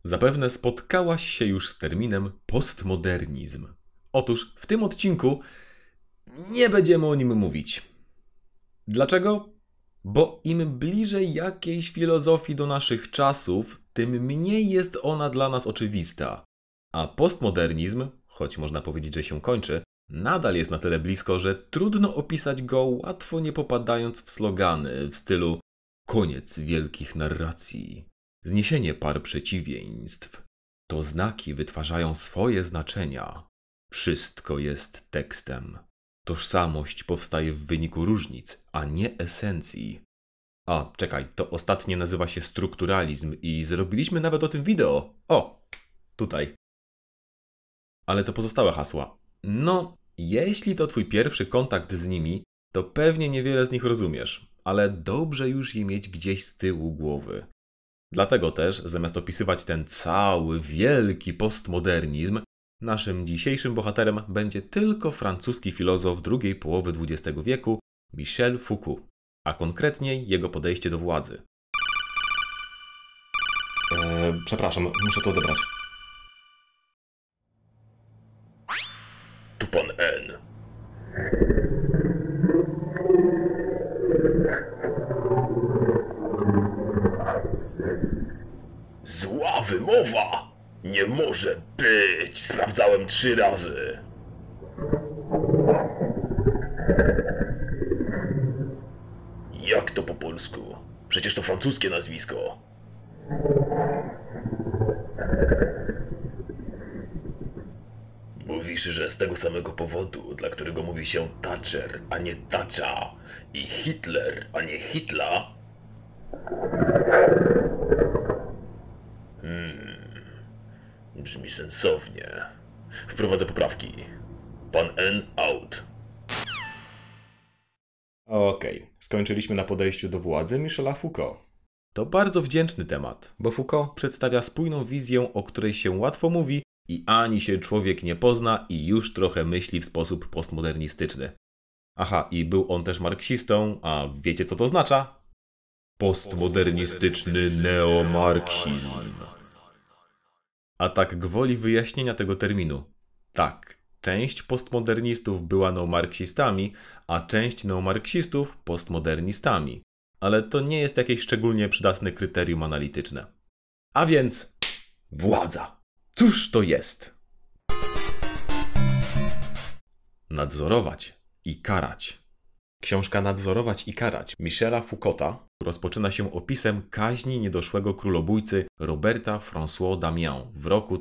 Zapewne spotkałaś się już z terminem postmodernizm. Otóż w tym odcinku nie będziemy o nim mówić. Dlaczego? Bo im bliżej jakiejś filozofii do naszych czasów, tym mniej jest ona dla nas oczywista. A postmodernizm, choć można powiedzieć, że się kończy, nadal jest na tyle blisko, że trudno opisać go łatwo nie popadając w slogany w stylu koniec wielkich narracji, zniesienie par przeciwieństw. To znaki wytwarzają swoje znaczenia. Wszystko jest tekstem. Tożsamość powstaje w wyniku różnic, a nie esencji. A, czekaj, to ostatnie nazywa się strukturalizm i zrobiliśmy nawet o tym wideo. O, tutaj. Ale to pozostałe hasła. No, jeśli to twój pierwszy kontakt z nimi, to pewnie niewiele z nich rozumiesz, ale dobrze już je mieć gdzieś z tyłu głowy. Dlatego też, zamiast opisywać ten cały wielki postmodernizm, naszym dzisiejszym bohaterem będzie tylko francuski filozof drugiej połowy XX wieku, Michel Foucault, a konkretniej jego podejście do władzy. Przepraszam, muszę to odebrać. Tu pan N. Zła wymowa! Nie może być! Sprawdzałem 3 razy. Jak to po polsku? Przecież to francuskie nazwisko. Mówisz, że z tego samego powodu, dla którego mówi się Thatcher, a nie Thatcha, i Hitler, a nie Hitla? Brzmi sensownie. Wprowadzę poprawki. Pan N out. Okej, skończyliśmy na podejściu do władzy Michela Foucault. To bardzo wdzięczny temat, bo Foucault przedstawia spójną wizję, o której się łatwo mówi i ani się człowiek nie pozna i już trochę myśli w sposób postmodernistyczny. Aha, i był on też marksistą, a wiecie co to oznacza? Postmodernistyczny neomarksizm. A tak gwoli wyjaśnienia tego terminu. Tak, część postmodernistów była neomarksistami, a część neomarksistów postmodernistami. Ale to nie jest jakieś szczególnie przydatne kryterium analityczne. A więc władza. Cóż to jest? Nadzorować i karać. Książka Nadzorować i karać Michela Foucaulta rozpoczyna się opisem kaźni niedoszłego królobójcy Roberta François Damiens w roku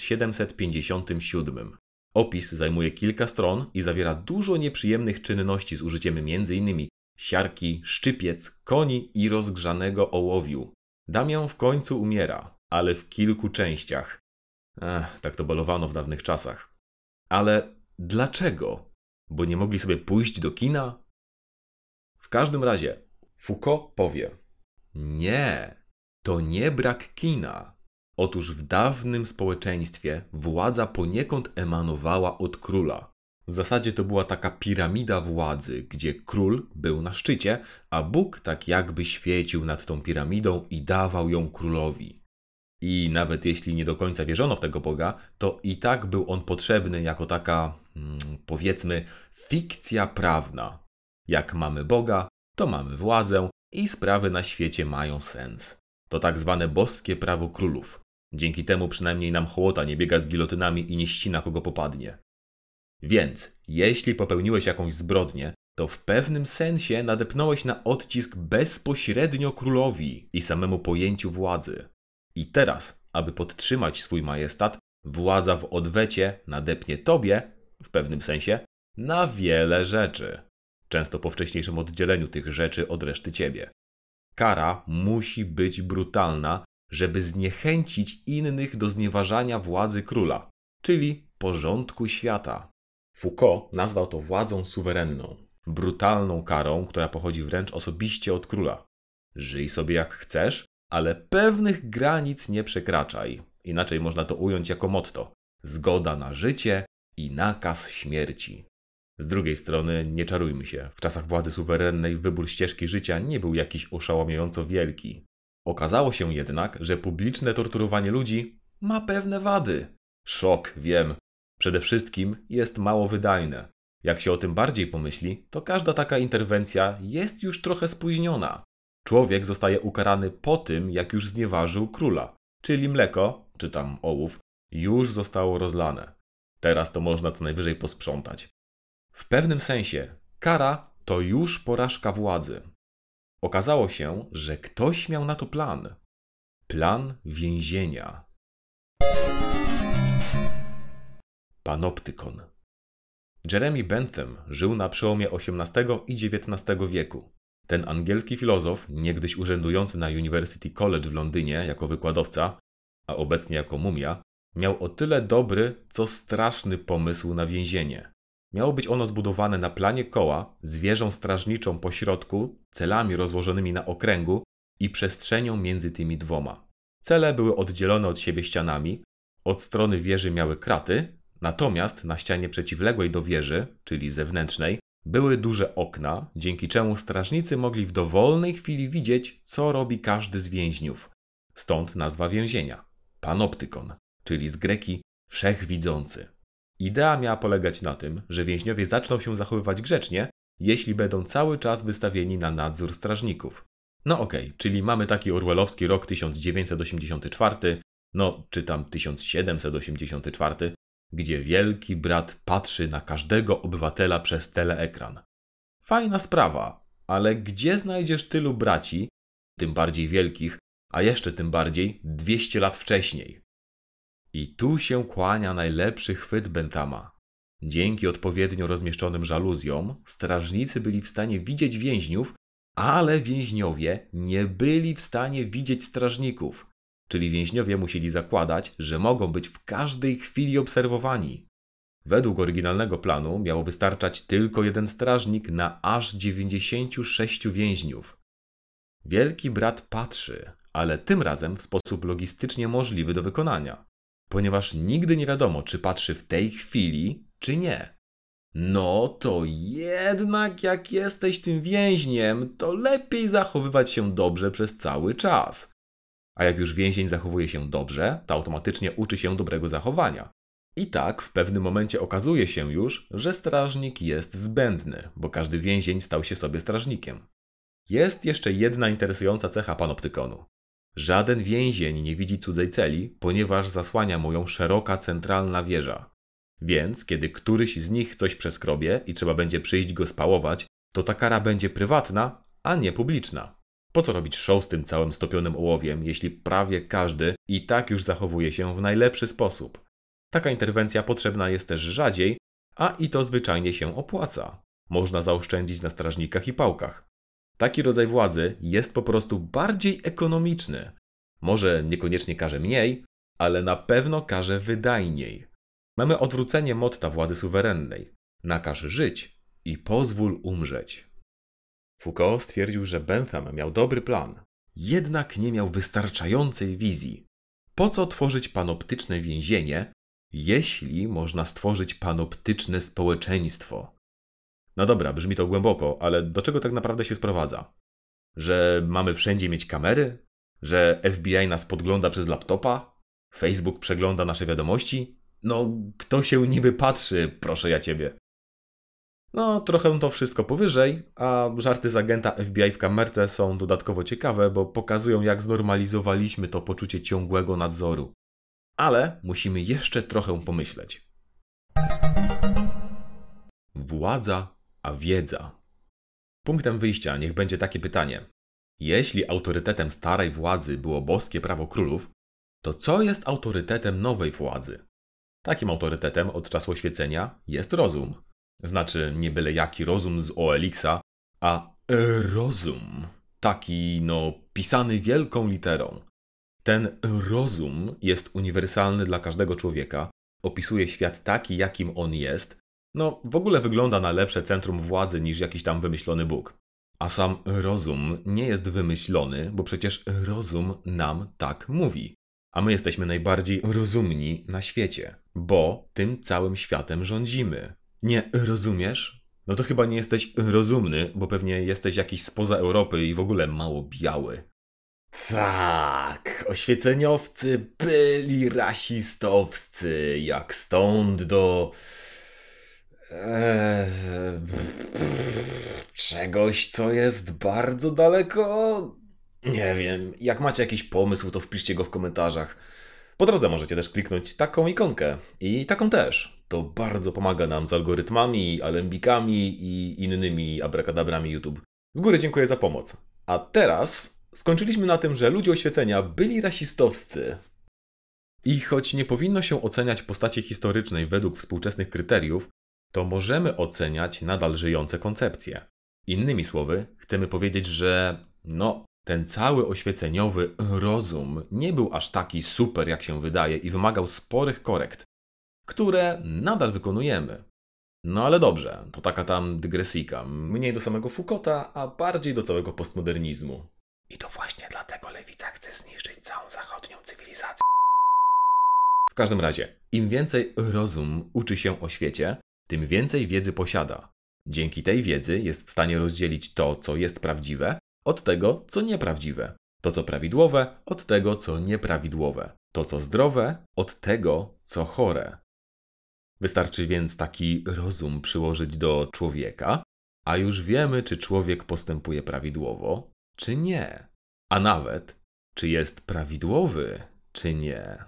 1757. Opis zajmuje kilka stron i zawiera dużo nieprzyjemnych czynności z użyciem m.in. siarki, szczypiec, koni i rozgrzanego ołowiu. Damiens w końcu umiera, ale w kilku częściach. Tak to balowano w dawnych czasach. Ale dlaczego? Bo nie mogli sobie pójść do kina? W każdym razie Foucault powie: nie, to nie brak kina. Otóż w dawnym społeczeństwie władza poniekąd emanowała od króla. W zasadzie to była taka piramida władzy, gdzie król był na szczycie, a Bóg tak jakby świecił nad tą piramidą i dawał ją królowi. I nawet jeśli nie do końca wierzono w tego Boga, to i tak był on potrzebny jako taka, powiedzmy, fikcja prawna. Jak mamy Boga, to mamy władzę i sprawy na świecie mają sens. To tak zwane boskie prawo królów. Dzięki temu przynajmniej nam hołota nie biega z gilotynami i nie ścina kogo popadnie. Więc, jeśli popełniłeś jakąś zbrodnię, to w pewnym sensie nadepnąłeś na odcisk bezpośrednio królowi i samemu pojęciu władzy. I teraz, aby podtrzymać swój majestat, władza w odwecie nadepnie tobie, w pewnym sensie, na wiele rzeczy. Często po wcześniejszym oddzieleniu tych rzeczy od reszty ciebie. Kara musi być brutalna, żeby zniechęcić innych do znieważania władzy króla, czyli porządku świata. Foucault nazwał to władzą suwerenną, brutalną karą, która pochodzi wręcz osobiście od króla. Żyj sobie jak chcesz, ale pewnych granic nie przekraczaj. Inaczej można to ująć jako motto: zgoda na życie i nakaz śmierci. Z drugiej strony, nie czarujmy się, w czasach władzy suwerennej wybór ścieżki życia nie był jakiś oszałamiająco wielki. Okazało się jednak, że publiczne torturowanie ludzi ma pewne wady. Szok, wiem. Przede wszystkim jest mało wydajne. Jak się o tym bardziej pomyśli, to każda taka interwencja jest już trochę spóźniona. Człowiek zostaje ukarany po tym, jak już znieważył króla, czyli mleko, czy tam ołów, już zostało rozlane. Teraz to można co najwyżej posprzątać. W pewnym sensie kara to już porażka władzy. Okazało się, że ktoś miał na to plan. Plan więzienia. Panoptykon. Jeremy Bentham żył na przełomie XVIII i XIX wieku. Ten angielski filozof, niegdyś urzędujący na University College w Londynie jako wykładowca, a obecnie jako mumia, miał o tyle dobry, co straszny pomysł na więzienie. Miało być ono zbudowane na planie koła z wieżą strażniczą po środku, celami rozłożonymi na okręgu i przestrzenią między tymi dwoma. Cele były oddzielone od siebie ścianami, od strony wieży miały kraty, natomiast na ścianie przeciwległej do wieży, czyli zewnętrznej, były duże okna, dzięki czemu strażnicy mogli w dowolnej chwili widzieć, co robi każdy z więźniów. Stąd nazwa więzienia – panoptykon, czyli z greki wszechwidzący. Idea miała polegać na tym, że więźniowie zaczną się zachowywać grzecznie, jeśli będą cały czas wystawieni na nadzór strażników. No okej, czyli mamy taki orwellowski rok 1984, czy tam 1784, gdzie wielki brat patrzy na każdego obywatela przez teleekran. Fajna sprawa, ale gdzie znajdziesz tylu braci, tym bardziej wielkich, a jeszcze tym bardziej 200 lat wcześniej? I tu się kłania najlepszy chwyt Benthama. Dzięki odpowiednio rozmieszczonym żaluzjom strażnicy byli w stanie widzieć więźniów, ale więźniowie nie byli w stanie widzieć strażników. Czyli więźniowie musieli zakładać, że mogą być w każdej chwili obserwowani. Według oryginalnego planu miało wystarczać tylko jeden strażnik na aż 96 więźniów. Wielki brat patrzy, ale tym razem w sposób logistycznie możliwy do wykonania, ponieważ nigdy nie wiadomo, czy patrzy w tej chwili, czy nie. No to jednak jak jesteś tym więźniem, to lepiej zachowywać się dobrze przez cały czas. A jak już więzień zachowuje się dobrze, to automatycznie uczy się dobrego zachowania. I tak w pewnym momencie okazuje się już, że strażnik jest zbędny, bo każdy więzień stał się sobie strażnikiem. Jest jeszcze jedna interesująca cecha panoptykonu. Żaden więzień nie widzi cudzej celi, ponieważ zasłania mu ją szeroka centralna wieża. Więc kiedy któryś z nich coś przeskrobie i trzeba będzie przyjść go spałować, to ta kara będzie prywatna, a nie publiczna. Po co robić show z tym całym stopionym ołowiem, jeśli prawie każdy i tak już zachowuje się w najlepszy sposób? Taka interwencja potrzebna jest też rzadziej, a i to zwyczajnie się opłaca. Można zaoszczędzić na strażnikach i pałkach. Taki rodzaj władzy jest po prostu bardziej ekonomiczny. Może niekoniecznie karze mniej, ale na pewno karze wydajniej. Mamy odwrócenie motta władzy suwerennej. Nakaż żyć i pozwól umrzeć. Foucault stwierdził, że Bentham miał dobry plan, jednak nie miał wystarczającej wizji. Po co tworzyć panoptyczne więzienie, jeśli można stworzyć panoptyczne społeczeństwo? No dobra, brzmi to głęboko, ale do czego tak naprawdę się sprowadza? Że mamy wszędzie mieć kamery? Że FBI nas podgląda przez laptopa? Facebook przegląda nasze wiadomości? No, kto się niby patrzy, proszę ja ciebie. No, trochę to wszystko powyżej, a żarty z agenta FBI w kamerce są dodatkowo ciekawe, bo pokazują, jak znormalizowaliśmy to poczucie ciągłego nadzoru. Ale musimy jeszcze trochę pomyśleć. Władza a wiedza. Punktem wyjścia niech będzie takie pytanie. Jeśli autorytetem starej władzy było boskie prawo królów, to co jest autorytetem nowej władzy? Takim autorytetem od czasu oświecenia jest rozum. Znaczy nie byle jaki rozum z OLX-a, a rozum. Taki, pisany wielką literą. Ten rozum jest uniwersalny dla każdego człowieka, opisuje świat taki, jakim on jest, w ogóle wygląda na lepsze centrum władzy niż jakiś tam wymyślony Bóg. A sam rozum nie jest wymyślony, bo przecież rozum nam tak mówi. A my jesteśmy najbardziej rozumni na świecie, bo tym całym światem rządzimy. Nie rozumiesz? No to chyba nie jesteś rozumny, bo pewnie jesteś jakiś spoza Europy i w ogóle mało biały. Tak, oświeceniowcy byli rasistowscy, jak stąd do... czegoś, co jest bardzo daleko? Nie wiem, jak macie jakiś pomysł, to wpiszcie go w komentarzach. Po drodze możecie też kliknąć taką ikonkę i taką też. To bardzo pomaga nam z algorytmami, alembikami i innymi abracadabrami YouTube. Z góry dziękuję za pomoc. A teraz skończyliśmy na tym, że ludzie oświecenia byli rasistowscy. I choć nie powinno się oceniać postaci historycznej według współczesnych kryteriów, to możemy oceniać nadal żyjące koncepcje. Innymi słowy, chcemy powiedzieć, że ten cały oświeceniowy rozum nie był aż taki super, jak się wydaje i wymagał sporych korekt, które nadal wykonujemy. No ale dobrze, to taka tam dygresyjka, mniej do samego Foucaulta, a bardziej do całego postmodernizmu. I to właśnie dlatego lewica chce zniszczyć całą zachodnią cywilizację. W każdym razie, im więcej rozum uczy się o świecie, tym więcej wiedzy posiada. Dzięki tej wiedzy jest w stanie rozdzielić to, co jest prawdziwe, od tego, co nieprawdziwe. To, co prawidłowe, od tego, co nieprawidłowe. To, co zdrowe, od tego, co chore. Wystarczy więc taki rozum przyłożyć do człowieka, a już wiemy, czy człowiek postępuje prawidłowo, czy nie. A nawet, czy jest prawidłowy, czy nie.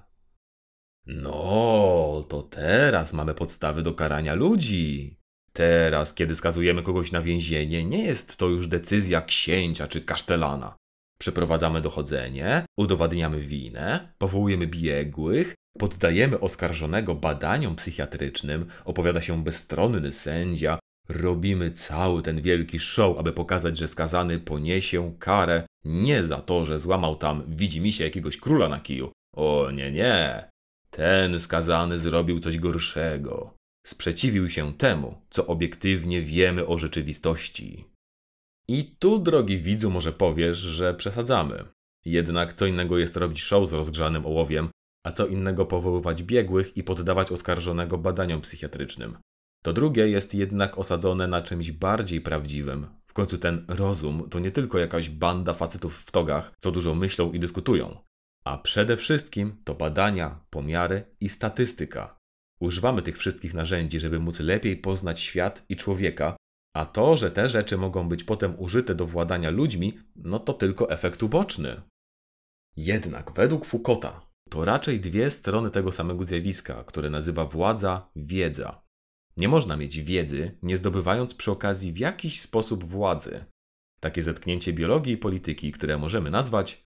No, to teraz mamy podstawy do karania ludzi. Teraz, kiedy skazujemy kogoś na więzienie, nie jest to już decyzja księcia czy kasztelana. Przeprowadzamy dochodzenie, udowadniamy winę, powołujemy biegłych, poddajemy oskarżonego badaniom psychiatrycznym, opowiada się bezstronny sędzia, robimy cały ten wielki show, aby pokazać, że skazany poniesie karę nie za to, że złamał tam widzimisię jakiegoś króla na kiju. O nie. Ten skazany zrobił coś gorszego. Sprzeciwił się temu, co obiektywnie wiemy o rzeczywistości. I tu, drogi widzu, może powiesz, że przesadzamy. Jednak co innego jest robić show z rozgrzanym ołowiem, a co innego powoływać biegłych i poddawać oskarżonego badaniom psychiatrycznym. To drugie jest jednak osadzone na czymś bardziej prawdziwym. W końcu ten rozum to nie tylko jakaś banda facetów w togach, co dużo myślą i dyskutują. A przede wszystkim to badania, pomiary i statystyka. Używamy tych wszystkich narzędzi, żeby móc lepiej poznać świat i człowieka, a to, że te rzeczy mogą być potem użyte do władania ludźmi, to tylko efekt uboczny. Jednak według Foucaulta to raczej dwie strony tego samego zjawiska, które nazywa władza, wiedza. Nie można mieć wiedzy, nie zdobywając przy okazji w jakiś sposób władzy. Takie zetknięcie biologii i polityki, które możemy nazwać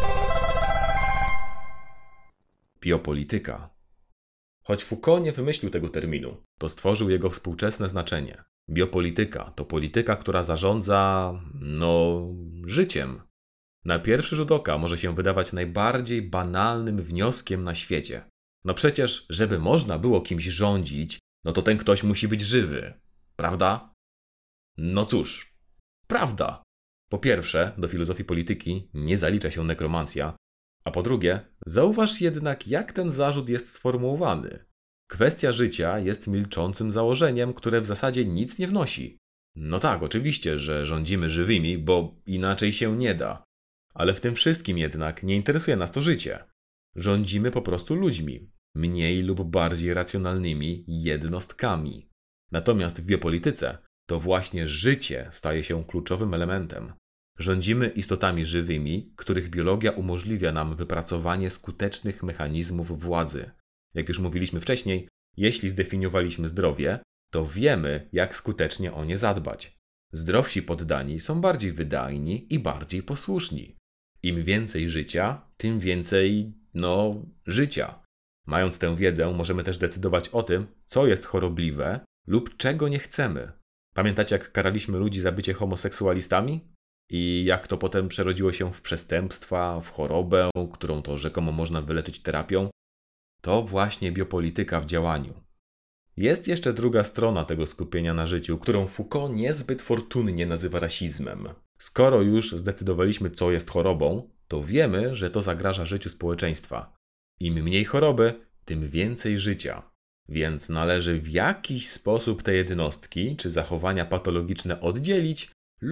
biopolityka. Choć Foucault nie wymyślił tego terminu, to stworzył jego współczesne znaczenie. Biopolityka to polityka, która zarządza, życiem. Na pierwszy rzut oka może się wydawać najbardziej banalnym wnioskiem na świecie. Przecież, żeby można było kimś rządzić, to ten ktoś musi być żywy. Prawda? No cóż, prawda. Po pierwsze, do filozofii polityki nie zalicza się nekromancja, a po drugie, zauważ jednak, jak ten zarzut jest sformułowany. Kwestia życia jest milczącym założeniem, które w zasadzie nic nie wnosi. No tak, oczywiście, że rządzimy żywymi, bo inaczej się nie da. Ale w tym wszystkim jednak nie interesuje nas to życie. Rządzimy po prostu ludźmi, mniej lub bardziej racjonalnymi jednostkami. Natomiast w biopolityce to właśnie życie staje się kluczowym elementem. Rządzimy istotami żywymi, których biologia umożliwia nam wypracowanie skutecznych mechanizmów władzy. Jak już mówiliśmy wcześniej, jeśli zdefiniowaliśmy zdrowie, to wiemy, jak skutecznie o nie zadbać. Zdrowsi poddani są bardziej wydajni i bardziej posłuszni. Im więcej życia, tym więcej, życia. Mając tę wiedzę, możemy też decydować o tym, co jest chorobliwe lub czego nie chcemy. Pamiętacie, jak karaliśmy ludzi za bycie homoseksualistami? I jak to potem przerodziło się w przestępstwa, w chorobę, którą to rzekomo można wyleczyć terapią? To właśnie biopolityka w działaniu. Jest jeszcze druga strona tego skupienia na życiu, którą Foucault niezbyt fortunnie nazywa rasizmem. Skoro już zdecydowaliśmy, co jest chorobą, to wiemy, że to zagraża życiu społeczeństwa. Im mniej choroby, tym więcej życia. Więc należy w jakiś sposób te jednostki czy zachowania patologiczne oddzielić lub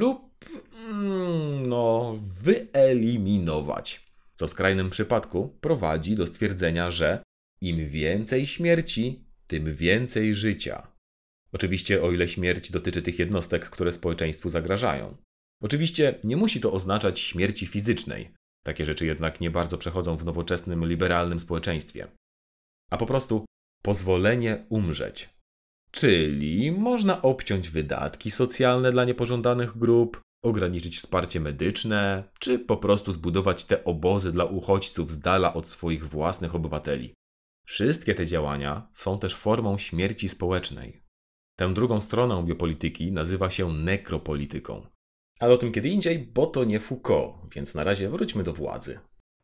wyeliminować. Co w skrajnym przypadku prowadzi do stwierdzenia, że im więcej śmierci, tym więcej życia. Oczywiście o ile śmierć dotyczy tych jednostek, które społeczeństwu zagrażają. Oczywiście nie musi to oznaczać śmierci fizycznej. Takie rzeczy jednak nie bardzo przechodzą w nowoczesnym, liberalnym społeczeństwie. A po prostu pozwolenie umrzeć. Czyli można obciąć wydatki socjalne dla niepożądanych grup, ograniczyć wsparcie medyczne, czy po prostu zbudować te obozy dla uchodźców z dala od swoich własnych obywateli. Wszystkie te działania są też formą śmierci społecznej. Tę drugą stronę biopolityki nazywa się nekropolityką. Ale o tym kiedy indziej, bo to nie Foucault, więc na razie wróćmy do władzy.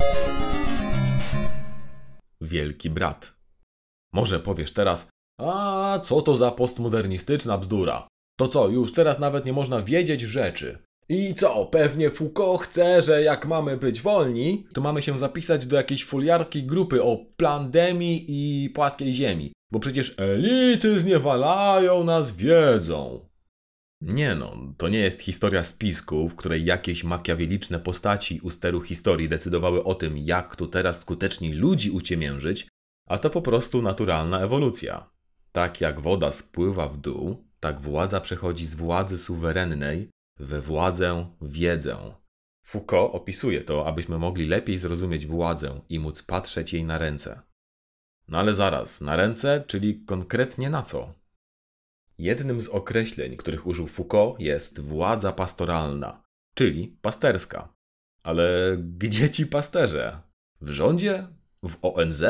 Wielki brat. Może powiesz teraz, a co to za postmodernistyczna bzdura? To co, już teraz nawet nie można wiedzieć rzeczy. I co, pewnie Foucault chce, że jak mamy być wolni, to mamy się zapisać do jakiejś foliarskiej grupy o pandemii i płaskiej ziemi. Bo przecież elity zniewalają nas wiedzą. Nie no, to nie jest historia spisku, w której jakieś makiaweliczne postaci u steru historii decydowały o tym, jak tu teraz skuteczniej ludzi uciemiężyć, a to po prostu naturalna ewolucja. Tak jak woda spływa w dół, tak władza przechodzi z władzy suwerennej we władzę wiedzę. Foucault opisuje to, abyśmy mogli lepiej zrozumieć władzę i móc patrzeć jej na ręce. No ale zaraz, na ręce, czyli konkretnie na co? Jednym z określeń, których użył Foucault, jest władza pastoralna, czyli pasterska. Ale gdzie ci pasterze? W rządzie? W ONZ?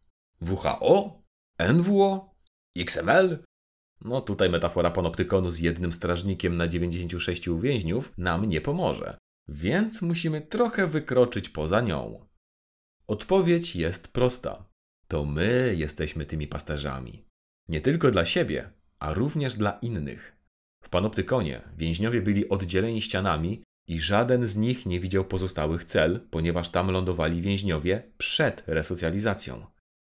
WHO? NWO? XML? No tutaj metafora panoptykonu z jednym strażnikiem na 96 więźniów nam nie pomoże, więc musimy trochę wykroczyć poza nią. Odpowiedź jest prosta. To my jesteśmy tymi pasterzami. Nie tylko dla siebie, a również dla innych. W panoptykonie więźniowie byli oddzieleni ścianami i żaden z nich nie widział pozostałych cel, ponieważ tam lądowali więźniowie przed resocjalizacją.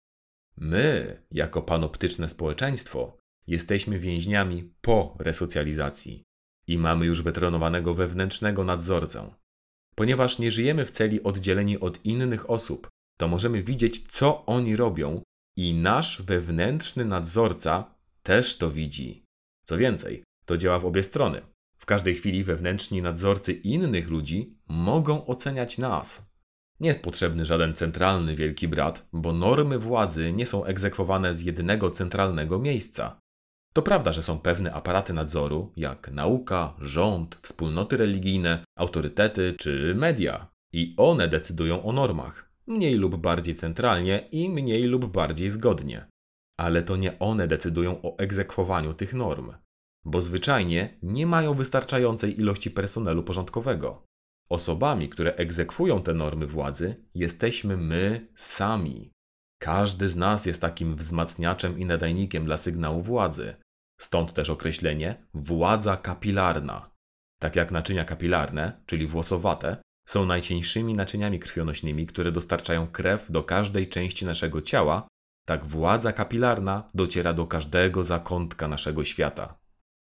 My, jako panoptyczne społeczeństwo, jesteśmy więźniami po resocjalizacji i mamy już wytrenowanego wewnętrznego nadzorcę. Ponieważ nie żyjemy w celi oddzieleni od innych osób, to możemy widzieć, co oni robią i nasz wewnętrzny nadzorca też to widzi. Co więcej, to działa w obie strony. W każdej chwili wewnętrzni nadzorcy innych ludzi mogą oceniać nas. Nie jest potrzebny żaden centralny wielki brat, bo normy władzy nie są egzekwowane z jednego centralnego miejsca. To prawda, że są pewne aparaty nadzoru, jak nauka, rząd, wspólnoty religijne, autorytety czy media. I one decydują o normach. Mniej lub bardziej centralnie i mniej lub bardziej zgodnie. Ale to nie one decydują o egzekwowaniu tych norm, bo zwyczajnie nie mają wystarczającej ilości personelu porządkowego. Osobami, które egzekwują te normy władzy, jesteśmy my sami. Każdy z nas jest takim wzmacniaczem i nadajnikiem dla sygnału władzy. Stąd też określenie władza kapilarna. Tak jak naczynia kapilarne, czyli włosowate, są najcieńszymi naczyniami krwionośnymi, które dostarczają krew do każdej części naszego ciała, tak władza kapilarna dociera do każdego zakątka naszego świata.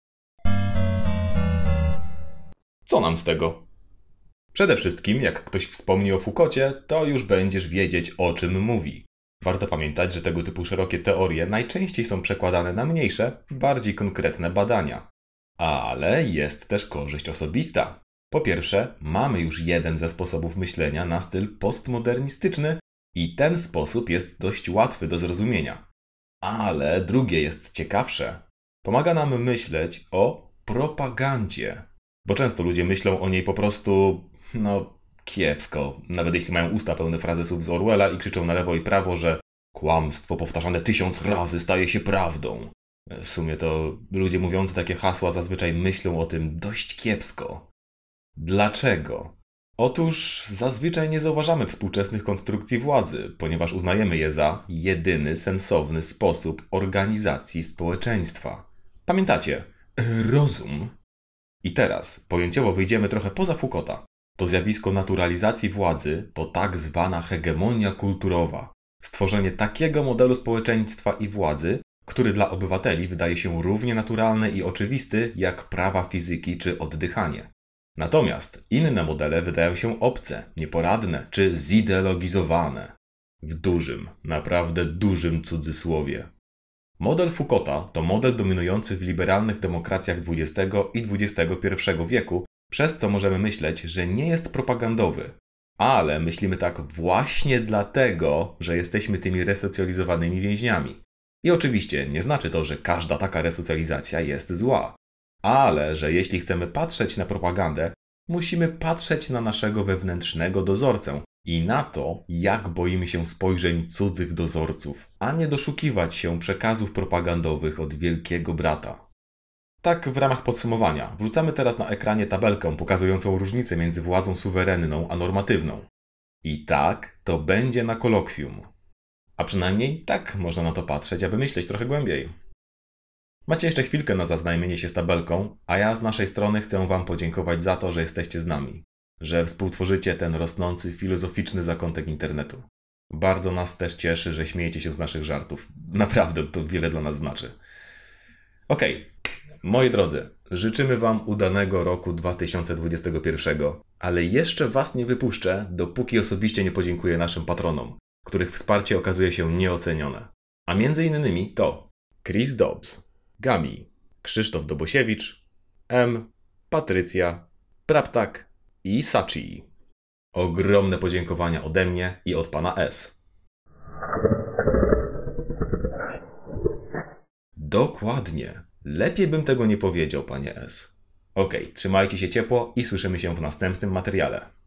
Co nam z tego? Przede wszystkim, jak ktoś wspomni o Foucaulcie, to już będziesz wiedzieć, o czym mówi. Warto pamiętać, że tego typu szerokie teorie najczęściej są przekładane na mniejsze, bardziej konkretne badania. Ale jest też korzyść osobista. Po pierwsze, mamy już jeden ze sposobów myślenia na styl postmodernistyczny i ten sposób jest dość łatwy do zrozumienia. Ale drugie jest ciekawsze. Pomaga nam myśleć o propagandzie. Bo często ludzie myślą o niej po prostu, kiepsko. Nawet jeśli mają usta pełne frazesów z Orwella i krzyczą na lewo i prawo, że kłamstwo powtarzane 1000 razy staje się prawdą. W sumie to ludzie mówiący takie hasła zazwyczaj myślą o tym dość kiepsko. Dlaczego? Otóż zazwyczaj nie zauważamy współczesnych konstrukcji władzy, ponieważ uznajemy je za jedyny sensowny sposób organizacji społeczeństwa. Pamiętacie? Rozum. I teraz pojęciowo wyjdziemy trochę poza Foucaulta. To zjawisko naturalizacji władzy to tak zwana hegemonia kulturowa. Stworzenie takiego modelu społeczeństwa i władzy, który dla obywateli wydaje się równie naturalny i oczywisty jak prawa fizyki czy oddychanie. Natomiast inne modele wydają się obce, nieporadne czy zideologizowane. W dużym, naprawdę dużym cudzysłowie. Model Foucaulta to model dominujący w liberalnych demokracjach XX i XXI wieku, przez co możemy myśleć, że nie jest propagandowy. Ale myślimy tak właśnie dlatego, że jesteśmy tymi resocjalizowanymi więźniami. I oczywiście nie znaczy to, że każda taka resocjalizacja jest zła. Ale że jeśli chcemy patrzeć na propagandę, musimy patrzeć na naszego wewnętrznego dozorcę i na to, jak boimy się spojrzeń cudzych dozorców, a nie doszukiwać się przekazów propagandowych od Wielkiego Brata. Tak w ramach podsumowania, wrzucamy teraz na ekranie tabelkę pokazującą różnicę między władzą suwerenną a normatywną. I tak to będzie na kolokwium. A przynajmniej tak można na to patrzeć, aby myśleć trochę głębiej. Macie jeszcze chwilkę na zaznajomienie się z tabelką, a ja z naszej strony chcę Wam podziękować za to, że jesteście z nami, że współtworzycie ten rosnący, filozoficzny zakątek internetu. Bardzo nas też cieszy, że śmiejecie się z naszych żartów. Naprawdę to wiele dla nas znaczy. Okej, moi drodzy, życzymy Wam udanego roku 2021, ale jeszcze Was nie wypuszczę, dopóki osobiście nie podziękuję naszym patronom, których wsparcie okazuje się nieocenione. A między innymi to Chris Dobbs, Gami, Krzysztof Dobosiewicz, M, Patrycja, Praptak i Sachi. Ogromne podziękowania ode mnie i od pana S. Dokładnie. Lepiej bym tego nie powiedział, panie S. Okej, trzymajcie się ciepło i słyszymy się w następnym materiale.